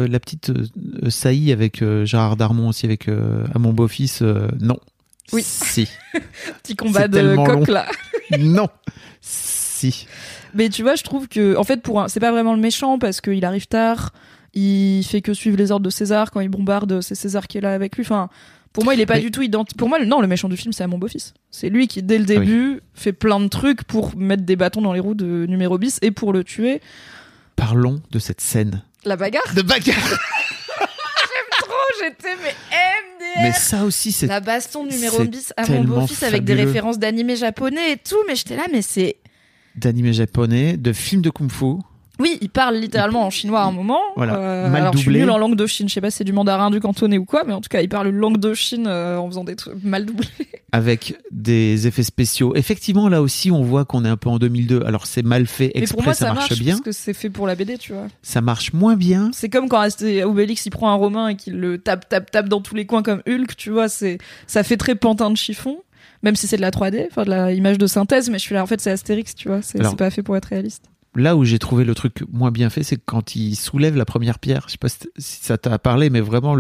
saillie avec Gérard Darmon aussi avec à mon beau-fils, non. Oui. Si. Petit combat de coq là. Non. Si. Mais tu vois, je trouve que en fait c'est pas vraiment le méchant parce qu'il arrive tard. Il fait que suivre les ordres de César quand il bombarde, c'est César qui est là avec lui. Enfin, pour moi, il est pas du tout identique. Pour moi, non, le méchant du film, c'est à mon beau-fils. C'est lui qui, dès le début, fait plein de trucs pour mettre des bâtons dans les roues de Numéro bis et pour le tuer. Parlons de cette scène. La bagarre. De bagarre. J'aime trop, j'étais MDR. Mais ça aussi, c'est la baston Numéro bis à mon beau-fils avec des références d'animé japonais et tout. Mais j'étais là, mais c'est d'animé japonais, de films de kung-fu. Oui, il parle littéralement en chinois à un moment. Voilà. Mal alors doublé. je suis nulle en langue de Chine, je sais pas si c'est du mandarin, du cantonais ou quoi, mais en tout cas, il parle une langue de Chine en faisant des trucs mal doublés. Avec des effets spéciaux. Effectivement, là aussi, on voit qu'on est un peu en 2002. Alors, c'est mal fait exprès, mais pour moi, ça marche bien. Parce que c'est fait pour la BD, tu vois. Ça marche moins bien. C'est comme quand Obélix, il prend un Romain et qu'il le tape dans tous les coins comme Hulk, tu vois. Ça fait très pantin de chiffon. Même si c'est de la 3D, enfin de la image de synthèse, mais je suis là, en fait, c'est Astérix, tu vois. C'est pas fait pour être réaliste. Là où j'ai trouvé le truc moins bien fait, c'est quand il soulève la première pierre. Je sais pas si ça t'a parlé, mais vraiment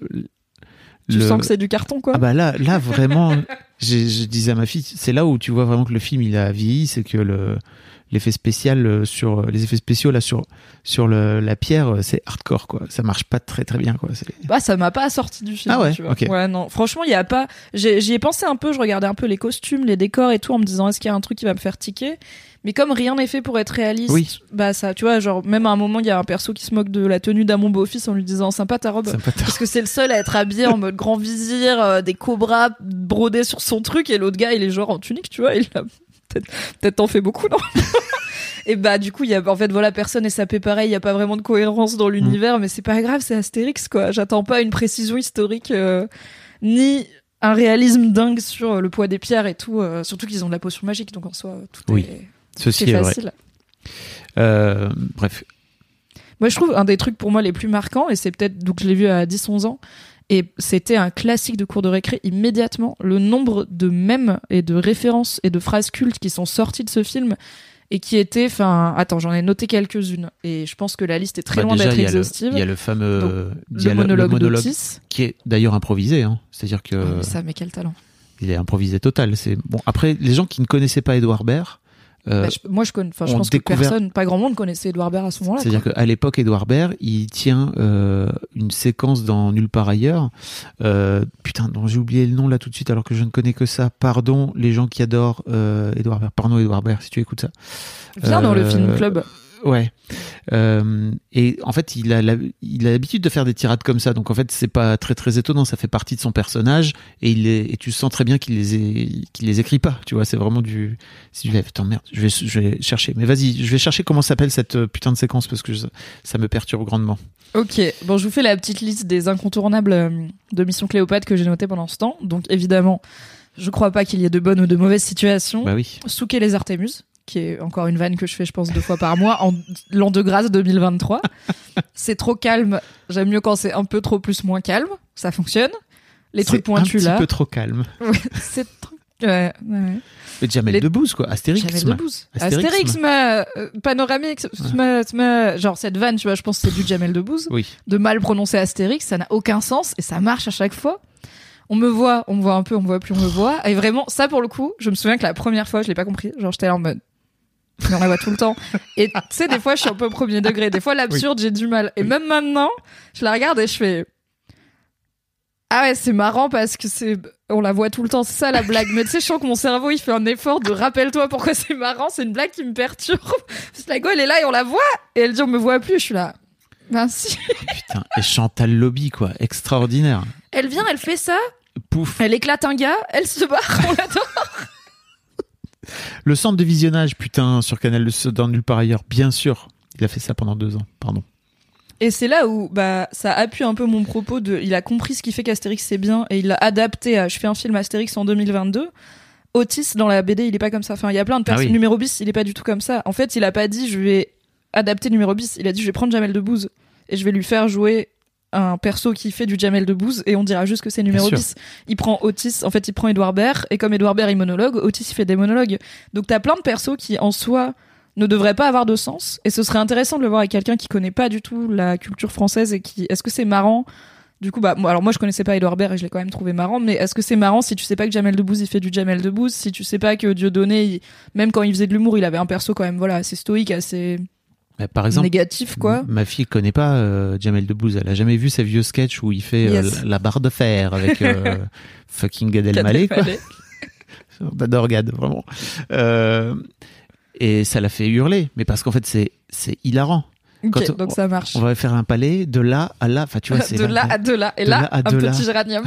tu sens que c'est du carton, quoi. Ah bah là vraiment, je disais à ma fille, c'est là où tu vois vraiment que le film il a vieilli, c'est que l'effet spécial sur les effets spéciaux là sur la pierre, c'est hardcore, quoi. Ça marche pas très très bien, quoi. Ça m'a pas sorti du film. Ah ouais, tu vois. ok. Ouais, non. Franchement, il y a pas. J'y ai pensé un peu. Je regardais un peu les costumes, les décors et tout, en me disant est-ce qu'il y a un truc qui va me faire tiquer. Mais comme rien n'est fait pour être réaliste, ça, tu vois, genre, même à un moment, il y a un perso qui se moque de la tenue d'un mon beau-fils en lui disant sympa ta robe. Parce que c'est le seul à être habillé en mode grand vizir, des cobras brodés sur son truc, et l'autre gars, il est genre en tunique, tu vois, il a peut-être t'en fais beaucoup, non? Et du coup, personne est sapé pareil, il y a pas vraiment de cohérence dans l'univers, mais c'est pas grave, c'est Astérix, quoi. J'attends pas une précision historique, ni un réalisme dingue sur le poids des pierres et tout, surtout qu'ils ont de la potion magique, donc en soi, tout est... Ceci c'est est facile. Vrai. Bref. Moi, je trouve un des trucs pour moi les plus marquants, et c'est peut-être donc je l'ai vu à 10-11 ans, et c'était un classique de cours de récré immédiatement, le nombre de mèmes et de références et de phrases cultes qui sont sorties de ce film et qui étaient, attends, j'en ai noté quelques-unes, et je pense que la liste est très loin d'être exhaustive. Il y a le fameux le monologue d'Otis, qui est d'ailleurs improvisé, hein. C'est-à-dire que mais quel talent. Il est improvisé total. C'est bon. Après, les gens qui ne connaissaient pas Edouard Baird. Moi, je pense que pas grand monde connaissait Edouard Baird à ce moment-là. C'est-à-dire qu'à l'époque, Edouard Baird, il tient une séquence dans Nulle part ailleurs. Putain, dont j'ai oublié le nom là tout de suite, alors que je ne connais que ça. Pardon, les gens qui adorent Edouard Baird. Pardon, Edouard Baird, si tu écoutes ça. Viens dans le film club. Ouais. Et en fait, il a l'habitude de faire des tirades comme ça. Donc en fait, c'est pas très très étonnant. Ça fait partie de son personnage, et tu sens très bien qu'il les écrit pas. Tu vois, c'est vraiment attends, merde, je vais chercher. Mais vas-y, je vais chercher comment s'appelle cette putain de séquence, parce que ça me perturbe grandement. Ok, bon, je vous fais la petite liste des incontournables de Mission Cléopâtre que j'ai noté pendant ce temps. Donc évidemment, je crois pas qu'il y ait de bonnes ou de mauvaises situations. Bah oui. Souquet les Artémus, qui est encore une vanne que je fais, je pense, 2 fois par mois, en l'an de grâce 2023. C'est trop calme. J'aime mieux quand c'est un peu trop plus moins calme. Ça fonctionne. Les trucs pointus là. Un petit peu trop calme. Ouais, c'est trop Ouais. Mais Jamel Debbouze, quoi. Astérix. Astérix, Panoramix, genre cette vanne, tu vois, je pense que c'est du Jamel Debbouze. Oui. De mal prononcer Astérix, ça n'a aucun sens et ça marche à chaque fois. On me voit un peu, on me voit plus, on me voit. Et vraiment, ça pour le coup, je me souviens que la première fois, je l'ai pas compris. Genre, j'étais là en mode, mais on la voit tout le temps. Et tu sais, des fois, je suis un peu au premier degré. Des fois, l'absurde, j'ai du mal. Et même maintenant, je la regarde et je fais, ah ouais, c'est marrant parce que on la voit tout le temps, c'est ça la blague. Mais tu sais, je sens que mon cerveau, il fait un effort de rappelle-toi pourquoi c'est marrant, c'est une blague qui me perturbe. Parce que la go, elle est là et on la voit. Et elle dit, on me voit plus. Je suis là, ben si. Putain, et Chantal Lobby, quoi, extraordinaire. Elle vient, elle fait ça. Pouf. Elle éclate un gars, elle se barre, on l'adore. Le centre de visionnage, putain, sur Canal dans Nulle part ailleurs, bien sûr. Il a fait ça pendant 2 ans, pardon. Et c'est là où ça appuie un peu mon propos il a compris ce qui fait qu'Astérix c'est bien et il l'a adapté à je fais un film Astérix en 2022. Otis dans la BD, il est pas comme ça. Enfin, il y a plein de personnes. Numéro bis, il est pas du tout comme ça. En fait, il a pas dit je vais adapter Numéro bis, il a dit je vais prendre Jamel Debbouze et je vais lui faire jouer un perso qui fait du Jamel Debbouze et on dira juste que c'est Numéro bis. Il prend Otis, en fait, il prend Édouard Baird et comme Édouard Baird il monologue, Otis il fait des monologues. Donc t'as plein de persos qui en soi ne devrait pas avoir de sens et ce serait intéressant de le voir avec quelqu'un qui connaît pas du tout la culture française et qui est-ce que c'est marrant du coup alors moi je connaissais pas Édouard Baird et je l'ai quand même trouvé marrant mais est-ce que c'est marrant si tu sais pas que Jamel Debbouze il fait du Jamel Debbouze, si tu sais pas que Dieudonné même quand il faisait de l'humour il avait un perso quand même voilà assez stoïque, assez par exemple, négatif quoi. Ma fille connaît pas Jamel Debbouze, elle a jamais vu ses vieux sketchs où il fait la barre de fer avec fucking Gad Elmaleh quoi. J'adore Gad vraiment. Et ça l'a fait hurler, mais parce qu'en fait c'est hilarant. Ok, donc ça marche. On va faire un palais de là à là, enfin tu vois, c'est de là à de là, et là un petit géranium.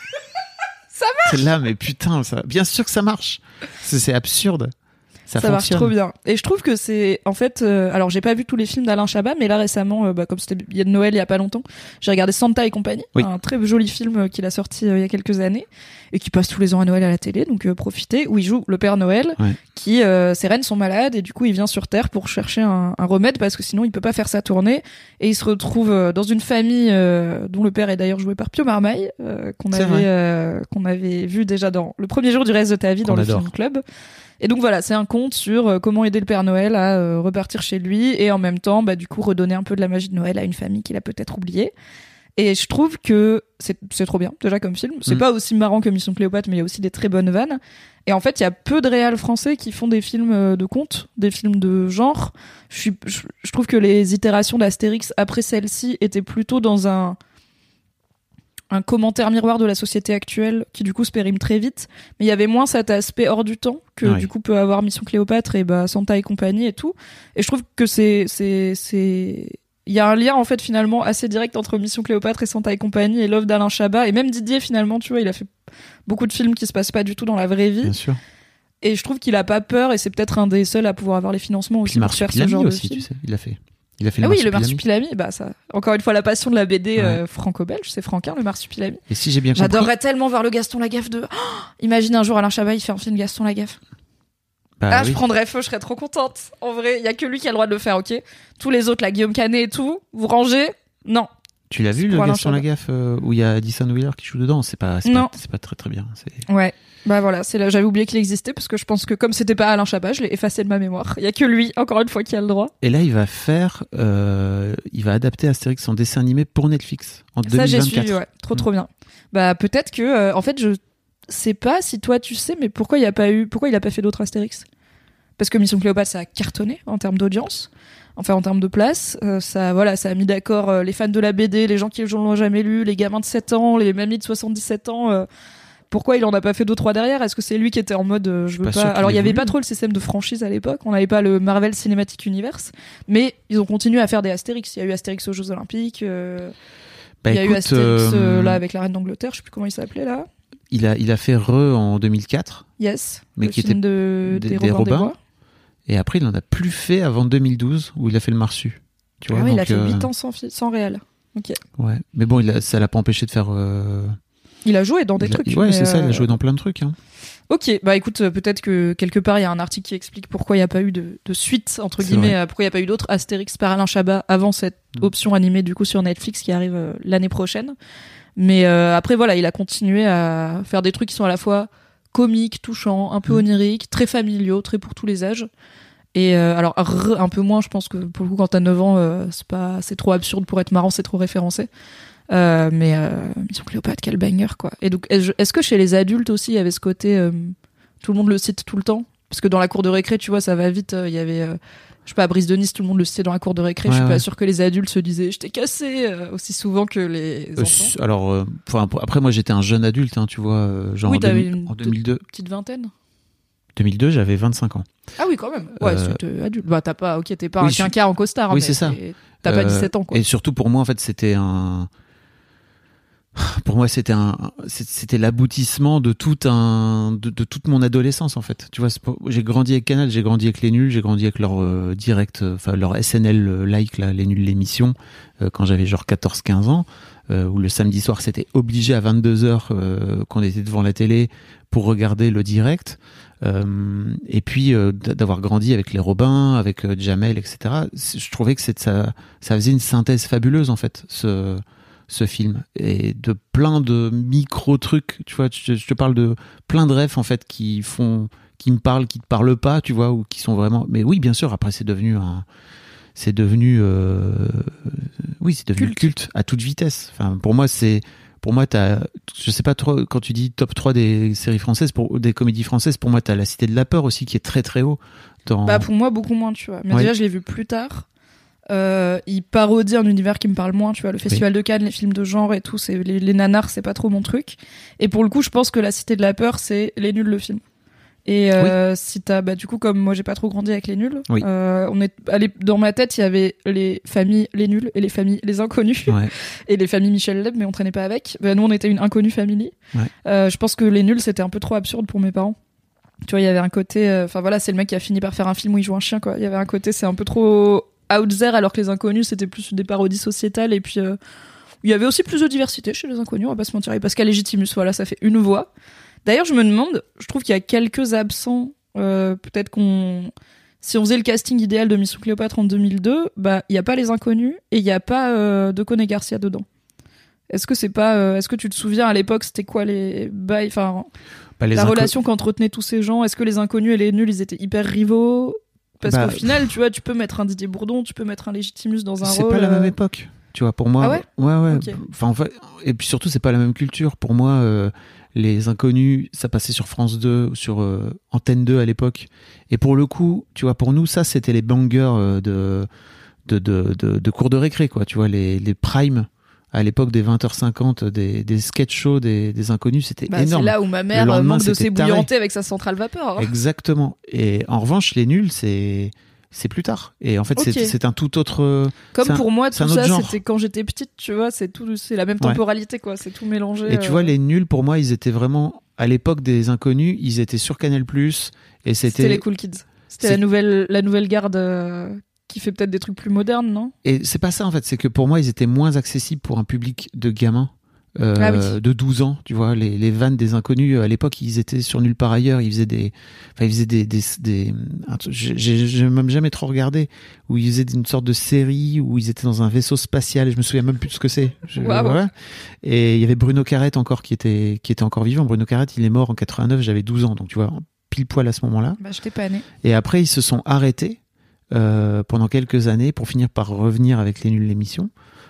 Ça marche. C'est là, mais putain, ça, bien sûr que ça marche. C'est absurde. Ça marche trop bien. Et je trouve que c'est, en fait, alors j'ai pas vu tous les films d'Alain Chabat, mais là récemment, comme c'était il y a de Noël il y a pas longtemps, j'ai regardé Santa et compagnie, un très joli film qu'il a sorti il y a quelques années et qui passe tous les ans à Noël à la télé, donc profitez, où il joue le Père Noël, qui ses reines sont malades et du coup il vient sur Terre pour chercher un remède parce que sinon il peut pas faire sa tournée et il se retrouve dans une famille dont le père est d'ailleurs joué par Pio Marmaille, qu'on avait vu déjà dans Le premier jour du reste de ta vie dans le film Club. Et donc voilà, c'est un conte sur comment aider le Père Noël à repartir chez lui et en même temps, du coup, redonner un peu de la magie de Noël à une famille qu'il a peut-être oubliée. Et je trouve que c'est trop bien, déjà comme film. C'est pas aussi marrant que Mission Cléopâtre, mais il y a aussi des très bonnes vannes. Et en fait, il y a peu de réals français qui font des films de contes, des films de genre. Je trouve que les itérations d'Astérix après celle-ci étaient plutôt dans un commentaire miroir de la société actuelle qui du coup se périme très vite, mais il y avait moins cet aspect hors du temps que du coup peut avoir Mission Cléopâtre et Santa et compagnie et tout. Et je trouve que il y a un lien en fait finalement assez direct entre Mission Cléopâtre et Santa et compagnie et l'œuvre d'Alain Chabat et même Didier finalement, tu vois, il a fait beaucoup de films qui se passent pas du tout dans la vraie vie. Bien sûr. Et je trouve qu'il a pas peur et c'est peut-être un des seuls à pouvoir avoir les financements aussi pour faire ce genre aussi, de film. Tu sais, il a fait le Marsupilami, ça. Encore une fois, la passion de la BD franco-belge, c'est Franquin, le Marsupilami. Et si j'ai bien compris. J'adorerais tellement voir le Gaston Lagaffe imagine un jour Alain Chabat, il fait un film Gaston Lagaffe. Je prendrais feu, je serais trop contente. En vrai, il y a que lui qui a le droit de le faire, ok? Tous les autres, la Guillaume Canet et tout, vous rangez? Non. Tu l'as vu le Gaston Lagaffe où il y a Addison Wheeler qui joue dedans? C'est pas très très bien. Ouais. Voilà, c'est là, j'avais oublié qu'il existait parce que je pense que comme c'était pas Alain Chabat, je l'ai effacé de ma mémoire. Il y a que lui, encore une fois, qui a le droit. Et là, il va adapter Astérix en dessin animé pour Netflix en 2024. Ça, j'ai suivi, ouais. Trop bien. Peut-être que, en fait, je sais pas si toi tu sais, mais pourquoi il a pas fait d'autres Astérix? Parce que Mission Cléopâtre, ça a cartonné en termes d'audience. Enfin, en termes de place, ça a mis d'accord les fans de la BD, les gens qui l'ont jamais lu, les gamins de 7 ans, les mamies de 77 ans. Pourquoi il en a pas fait 2-3 derrière? Est-ce que c'est lui qui était en mode je veux pas... Alors il y avait pas trop le système de franchise à l'époque, on n'avait pas le Marvel Cinematic Universe, mais ils ont continué à faire des Astérix. Il y a eu Astérix aux Jeux Olympiques, il y a eu Astérix là avec la Reine d'Angleterre, je sais plus comment il s'appelait là. Il a fait en 2004. Yes. Mais qui était des Robins. Et après il en a plus fait avant 2012 où il a fait le Marsu. Tu vois, il a fait 8 ans sans réel. Ok. Ouais, mais bon ça l'a pas empêché de faire. Il a joué dans des trucs. Ouais, c'est ça, il a joué dans plein de trucs. Ok, écoute, peut-être que quelque part il y a un article qui explique pourquoi il n'y a pas eu de suite, entre guillemets, pourquoi il n'y a pas eu d'autres Astérix par Alain Chabat avant cette option animée du coup sur Netflix qui arrive l'année prochaine. Mais après voilà, il a continué à faire des trucs qui sont à la fois comiques, touchants, un peu oniriques, très familiaux, très pour tous les âges. Et alors un peu moins, je pense que pour le coup quand t'as 9 ans, c'est trop absurde pour être marrant, c'est trop référencé. Mais Mission Cléopâtre, quel banger quoi. Et donc est-ce que chez les adultes aussi il y avait ce côté tout le monde le cite tout le temps, parce que dans la cour de récré tu vois ça va vite, il y avait je sais pas, à Brise de Nice tout le monde le citait dans la cour de récré, je suis pas sûre que les adultes se disaient je t'ai cassé aussi souvent que les enfants. Alors après moi j'étais un jeune adulte tu vois, genre oui, en 2002 petite vingtaine. 2002 j'avais 25 ans. Ah oui quand même. Ouais, c'était adulte. Bah t'as pas t'es pas un quinquart en costard, oui, mais c'est ça. T'as pas 17 ans quoi. Et surtout pour moi en fait c'était c'était l'aboutissement de toute mon adolescence en fait. Tu vois, j'ai grandi avec Canal, j'ai grandi avec Les Nuls, j'ai grandi avec leur direct, enfin leur SNL like là, Les Nuls l'émission, quand j'avais genre 14-15 ans, où le samedi soir c'était obligé à 22h qu'on était devant la télé pour regarder le direct. Et puis d'avoir grandi avec les Robins, avec Jamel, etc. Je trouvais que ça faisait une synthèse fabuleuse en fait, ce film, et de plein de micro trucs, tu vois, je te parle de plein de rêves en fait qui me parlent, qui te parlent pas, tu vois, ou qui sont vraiment, mais oui bien sûr après c'est devenu culte à toute vitesse. Enfin pour moi je sais pas trop, quand tu dis top 3 des séries françaises, des comédies françaises, pour moi t'as La Cité de la Peur aussi qui est très très haut Bah pour moi beaucoup moins, tu vois, mais déjà je l'ai vu plus tard. Il parodie un univers qui me parle moins, tu vois, le Festival de Cannes, les films de genre et tout, c'est les nanars, c'est pas trop mon truc. Et pour le coup, je pense que La Cité de la Peur, c'est Les Nuls le film. Et si t'as, du coup, comme moi j'ai pas trop grandi avec Les Nuls, on est allé, dans ma tête, il y avait les familles Les Nuls et les familles Les Inconnus et les familles Michel Leb, mais on traînait pas avec. Nous, on était une inconnue family. Je pense que Les Nuls, c'était un peu trop absurde pour mes parents. Tu vois, il y avait un côté, enfin voilà, c'est le mec qui a fini par faire un film où il joue un chien, quoi. Il y avait un côté, c'est un peu trop out there, alors que Les Inconnus c'était plus des parodies sociétales, et puis il y avait aussi plus de diversité chez Les Inconnus, on va pas se mentir. Et Pascal Légitimus, voilà, ça fait une voix. D'ailleurs je me demande, je trouve qu'il y a quelques absents, peut-être si on faisait le casting idéal de Mission Cléopâtre en 2002, il y a pas Les Inconnus et il y a pas de Coné Garcia dedans. Est-ce que c'est pas est-ce que tu te souviens à l'époque c'était quoi les bails, enfin la relation qu'entretenaient tous ces gens? Est-ce que Les Inconnus et Les Nuls ils étaient hyper rivaux? Parce qu'au final, tu vois, tu peux mettre un Didier Bourdon, tu peux mettre un Légitimus dans un rôle. C'est pas la même époque, tu vois, pour moi. Ah ouais? Ouais. Okay. Enfin, en fait, et puis surtout, c'est pas la même culture. Pour moi, Les Inconnus, ça passait sur France 2, sur Antenne 2 à l'époque. Et pour le coup, tu vois, pour nous, ça, c'était les bangers de cours de récré, quoi. Tu vois, les primes. À l'époque des 20h50, des sketch shows des Inconnus, c'était énorme. C'est là où ma mère manque de s'ébouillanter avec sa centrale vapeur. Exactement. Et en revanche, Les Nuls, c'est plus tard. Et en fait, c'est un tout autre. Comme pour moi, tout ça, c'était quand j'étais petite, tu vois, c'est la même temporalité, quoi. C'est tout mélangé. Et tu vois, Les Nuls, pour moi, ils étaient vraiment, à l'époque des Inconnus, ils étaient sur Canal+. Et c'était les Cool Kids. C'était la nouvelle garde. Qui fait peut-être des trucs plus modernes, non? Et c'est pas ça en fait, c'est que pour moi ils étaient moins accessibles pour un public de gamins de 12 ans, tu vois, les vannes des Inconnus à l'époque, ils étaient sur Nulle part ailleurs, ils faisaient des j'ai même jamais trop regardé, où ils faisaient une sorte de série où ils étaient dans un vaisseau spatial, et je me souviens même plus de ce que c'est. Voilà. Et il y avait Bruno Carrette encore qui était encore vivant. Bruno Carrette, il est mort en 89, j'avais 12 ans, donc tu vois, pile poil à ce moment-là. Je t'ai pas né. Et après ils se sont arrêtés pendant quelques années pour finir par revenir avec Les Nuls l'émission,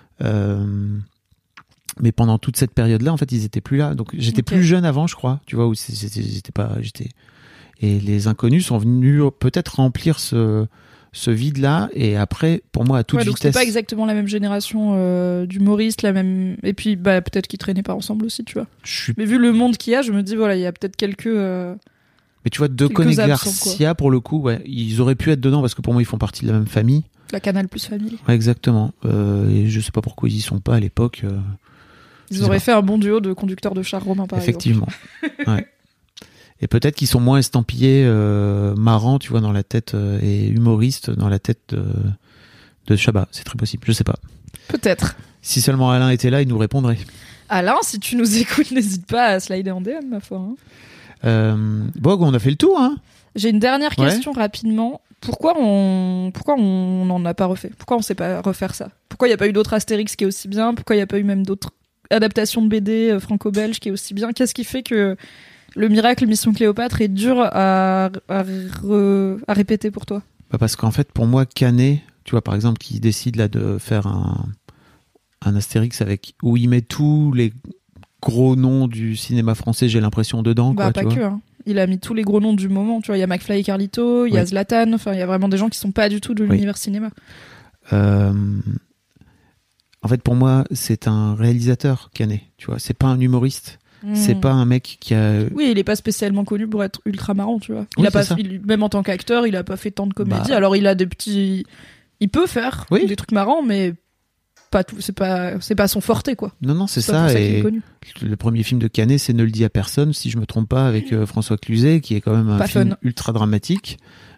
mais pendant toute cette période-là en fait ils étaient plus là, donc j'étais plus jeune avant, je crois, tu vois, où j'étais et Les Inconnus sont venus peut-être remplir ce vide-là, et après pour moi à toute vitesse. Donc c'était pas exactement la même génération d'humoristes, la même, et puis peut-être qu'ils traînaient pas ensemble aussi, tu vois. Mais vu le monde qu'il y a, je me dis voilà, il y a peut-être quelques mais tu vois, de Coné Garcia, pour le coup, ils auraient pu être dedans parce que pour moi, ils font partie de la même famille. La Canal Plus Family. Ouais, exactement. Et je sais pas pourquoi ils y sont pas à l'époque. Ils auraient fait un bon duo de conducteurs de chars romains, par exemple. Effectivement. Ouais. Et peut-être qu'ils sont moins estampillés marrants, tu vois, dans la tête, et humoristes dans la tête de Chabat. C'est très possible. Je sais pas. Peut-être. Si seulement Alain était là, il nous répondrait. Alain, si tu nous écoutes, n'hésite pas à slider en DM, ma foi. Bon, on a fait le tour, hein. J'ai une dernière question rapidement. Pourquoi on n'en a pas refait? Pourquoi on sait pas refaire ça? Pourquoi il n'y a pas eu d'autres Astérix qui est aussi bien? Pourquoi il n'y a pas eu même d'autres adaptations de BD franco-belges qui est aussi bien? Qu'est-ce qui fait que le miracle Mission Cléopâtre est dur à répéter pour toi? Parce qu'en fait, pour moi, Canet, tu vois, par exemple, qui décide là de faire un Astérix où il met tous les gros noms du cinéma français, j'ai l'impression, dedans. Pas que, hein. Il a mis tous les gros noms du moment, tu vois. Il y a McFly et Carlito, il y a Zlatan, enfin, il y a vraiment des gens qui sont pas du tout de l'univers cinéma. En fait, pour moi, c'est un réalisateur, Canet, tu vois. C'est pas un humoriste. C'est pas un mec qui a... Oui, il est pas spécialement connu pour être ultra marrant, tu vois. Même en tant qu'acteur, il a pas fait tant de comédie. Alors, il a des petits... Il peut faire des trucs marrants, mais pas tout. C'est pas son forté, quoi. Non, c'est ça. Et le premier film de Canet, c'est Ne le dis à personne, si je me trompe pas, avec François Cluzet, qui est quand même un film ultra dramatique.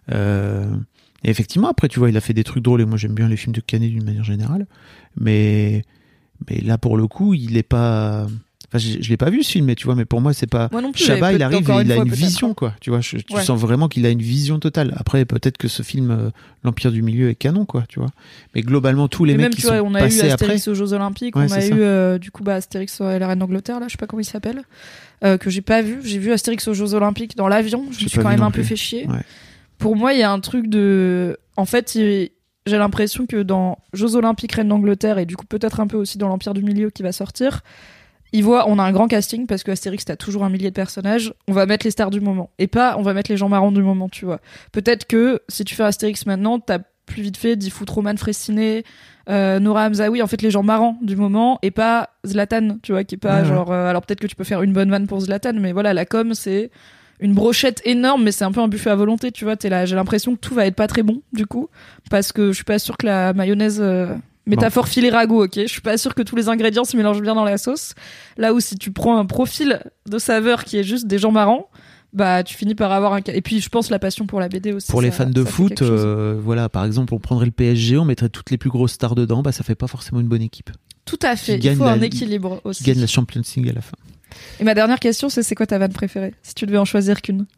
Et effectivement, après, tu vois, il a fait des trucs drôles, et moi, j'aime bien les films de Canet d'une manière générale. Mais là, pour le coup, il est pas... Enfin, je l'ai pas vu ce film, mais tu vois, mais pour moi c'est pas. Moi non plus, Chabat, il arrive et il a une vision, quoi. Tu vois, tu sens vraiment qu'il a une vision totale. Après, peut-être que ce film, l'Empire du Milieu, est canon, quoi. Tu vois. Mais globalement, tous les mecs qui sont passés après. On a eu Astérix aux Jeux Olympiques, on a eu du coup Astérix et la Reine d'Angleterre, là, je sais pas comment il s'appelle, que j'ai pas vu. J'ai vu Astérix aux Jeux Olympiques dans l'avion. Je me suis quand même un peu fait chier. Ouais. Pour moi, il y a un truc de. En fait, j'ai l'impression que dans Jeux Olympiques, Reine d'Angleterre et du coup peut-être un peu aussi dans l'Empire du Milieu qui va sortir. On a un grand casting parce que Astérix t'as toujours un millier de personnages, on va mettre les stars du moment et pas on va mettre les gens marrants du moment, tu vois. Peut-être que si tu fais Astérix maintenant, t'as plus vite fait d'y foutre Roman Fressinet, Nora Hamzaoui, en fait les gens marrants du moment et pas Zlatan, tu vois, qui est pas alors peut-être que tu peux faire une bonne vanne pour Zlatan, mais voilà, la com c'est une brochette énorme, mais c'est un peu un buffet à volonté, tu vois. T'es là, j'ai l'impression que tout va être pas très bon du coup parce que je suis pas sûre que la mayonnaise métaphore filet ragoût, ok. Je suis pas sûre que tous les ingrédients se mélangent bien dans la sauce. Là où si tu prends un profil de saveur qui est juste des gens marrants, bah tu finis par avoir un... Et puis je pense la passion pour la BD aussi. Pour les fans de foot, voilà, par exemple, on prendrait le PSG, on mettrait toutes les plus grosses stars dedans, bah ça fait pas forcément une bonne équipe. Tout à fait, il faut un équilibre aussi. Qui gagne la Champions League à la fin. Et ma dernière question, c'est quoi ta vanne préférée, si tu devais en choisir qu'une?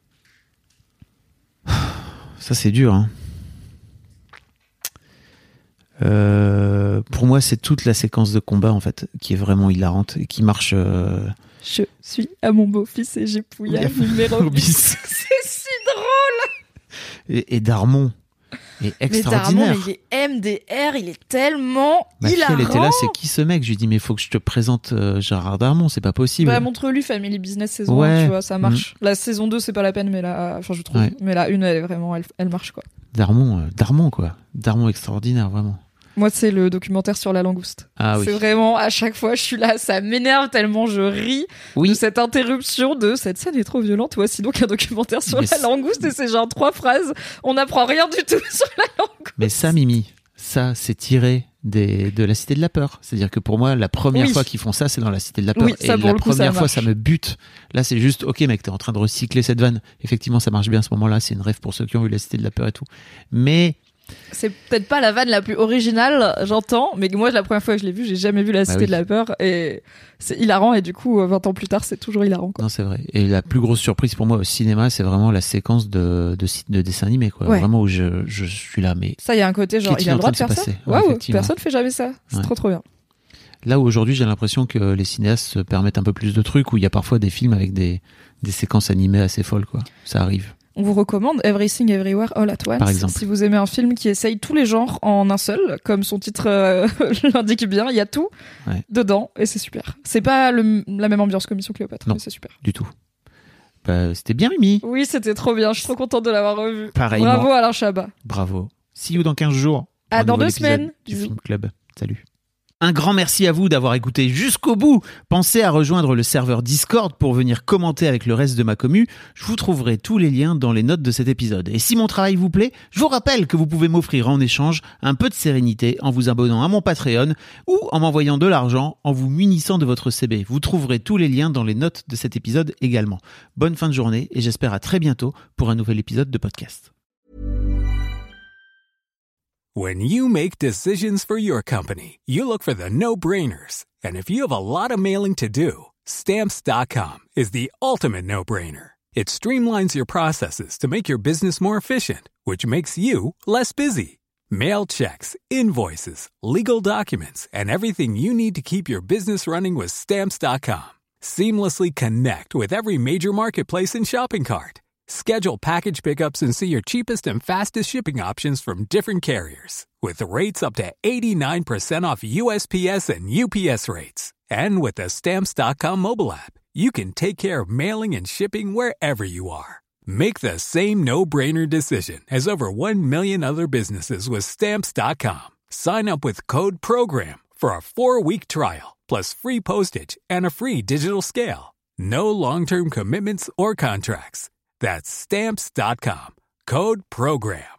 Ça c'est dur, hein. Pour moi, c'est toute la séquence de combat en fait qui est vraiment hilarante et qui marche. Je suis à mon beau-fils et j'ai Pouillard numéro 10. C'est si drôle. Et Darmon est extraordinaire. Mais Darmon, il est MDR, il est tellement hilarant. Elle était là, c'est qui ce mec? Je lui dis mais il faut que je te présente Gérard Darmon, c'est pas possible. Bah montre-lui Family Business saison 1, tu vois, ça marche. La saison 2 c'est pas la peine, mais je trouve. Mais la 1 elle est vraiment, elle marche quoi. Darmon quoi. Darmon extraordinaire vraiment. Moi, c'est le documentaire sur la langouste. C'est vraiment, à chaque fois, je suis là, ça m'énerve tellement je ris de cette interruption de cette scène est trop violente. Voici donc un documentaire sur la langouste et c'est genre 3 phrases. On n'apprend rien du tout sur la langouste. Mais ça, Mimi, ça, c'est tiré de la Cité de la Peur. C'est-à-dire que pour moi, la première fois qu'ils font ça, c'est dans la Cité de la Peur. Oui, ça, et la première fois, ça me bute. Là, c'est juste, ok, mec, t'es en train de recycler cette vanne. Effectivement, ça marche bien à ce moment-là. C'est une rêve pour ceux qui ont vu la Cité de la Peur et tout. Mais c'est peut-être pas la vanne la plus originale, j'entends, mais moi, la première fois que je l'ai vue, j'ai jamais vu la Cité de la Peur et c'est hilarant et du coup, 20 ans plus tard, c'est toujours hilarant, quoi. Non, c'est vrai. Et la plus grosse surprise pour moi au cinéma, c'est vraiment la séquence de dessin animé, quoi. Vraiment où je suis là, mais. Ça, il y a un côté genre, il a le droit de faire ça. Waouh, personne fait jamais ça. C'est trop bien. Là où aujourd'hui, j'ai l'impression que les cinéastes se permettent un peu plus de trucs, où il y a parfois des films avec des séquences animées assez folles, quoi. Ça arrive. On vous recommande Everything Everywhere All at Once. Par exemple. Si vous aimez un film qui essaye tous les genres en un seul, comme son titre l'indique bien, il y a tout dedans et c'est super. C'est pas la même ambiance que Mission Cléopâtre, mais c'est super. Du tout. C'était bien, Mimi. Oui, c'était trop bien. Je suis trop contente de l'avoir revu. Pareillement. Bravo Alain Chabat. Bravo. See you dans 15 jours. Dans 2 semaines. Du Film Club. Salut. Un grand merci à vous d'avoir écouté jusqu'au bout. Pensez à rejoindre le serveur Discord pour venir commenter avec le reste de ma commu. Je vous trouverai tous les liens dans les notes de cet épisode. Et si mon travail vous plaît, je vous rappelle que vous pouvez m'offrir en échange un peu de sérénité en vous abonnant à mon Patreon ou en m'envoyant de l'argent en vous munissant de votre CB. Vous trouverez tous les liens dans les notes de cet épisode également. Bonne fin de journée et j'espère à très bientôt pour un nouvel épisode de podcast. When you make decisions for your company, you look for the no-brainers. And if you have a lot of mailing to do, Stamps.com is the ultimate no-brainer. It streamlines your processes to make your business more efficient, which makes you less busy. Mail checks, invoices, legal documents, and everything you need to keep your business running with Stamps.com. Seamlessly connect with every major marketplace and shopping cart. Schedule package pickups and see your cheapest and fastest shipping options from different carriers. With rates up to 89% off USPS and UPS rates. And with the Stamps.com mobile app, you can take care of mailing and shipping wherever you are. Make the same no-brainer decision as over 1 million other businesses with Stamps.com. Sign up with code PROGRAM for a 4-week trial, plus free postage and a free digital scale. No long-term commitments or contracts. That's Stamps.com. Code PROGRAM.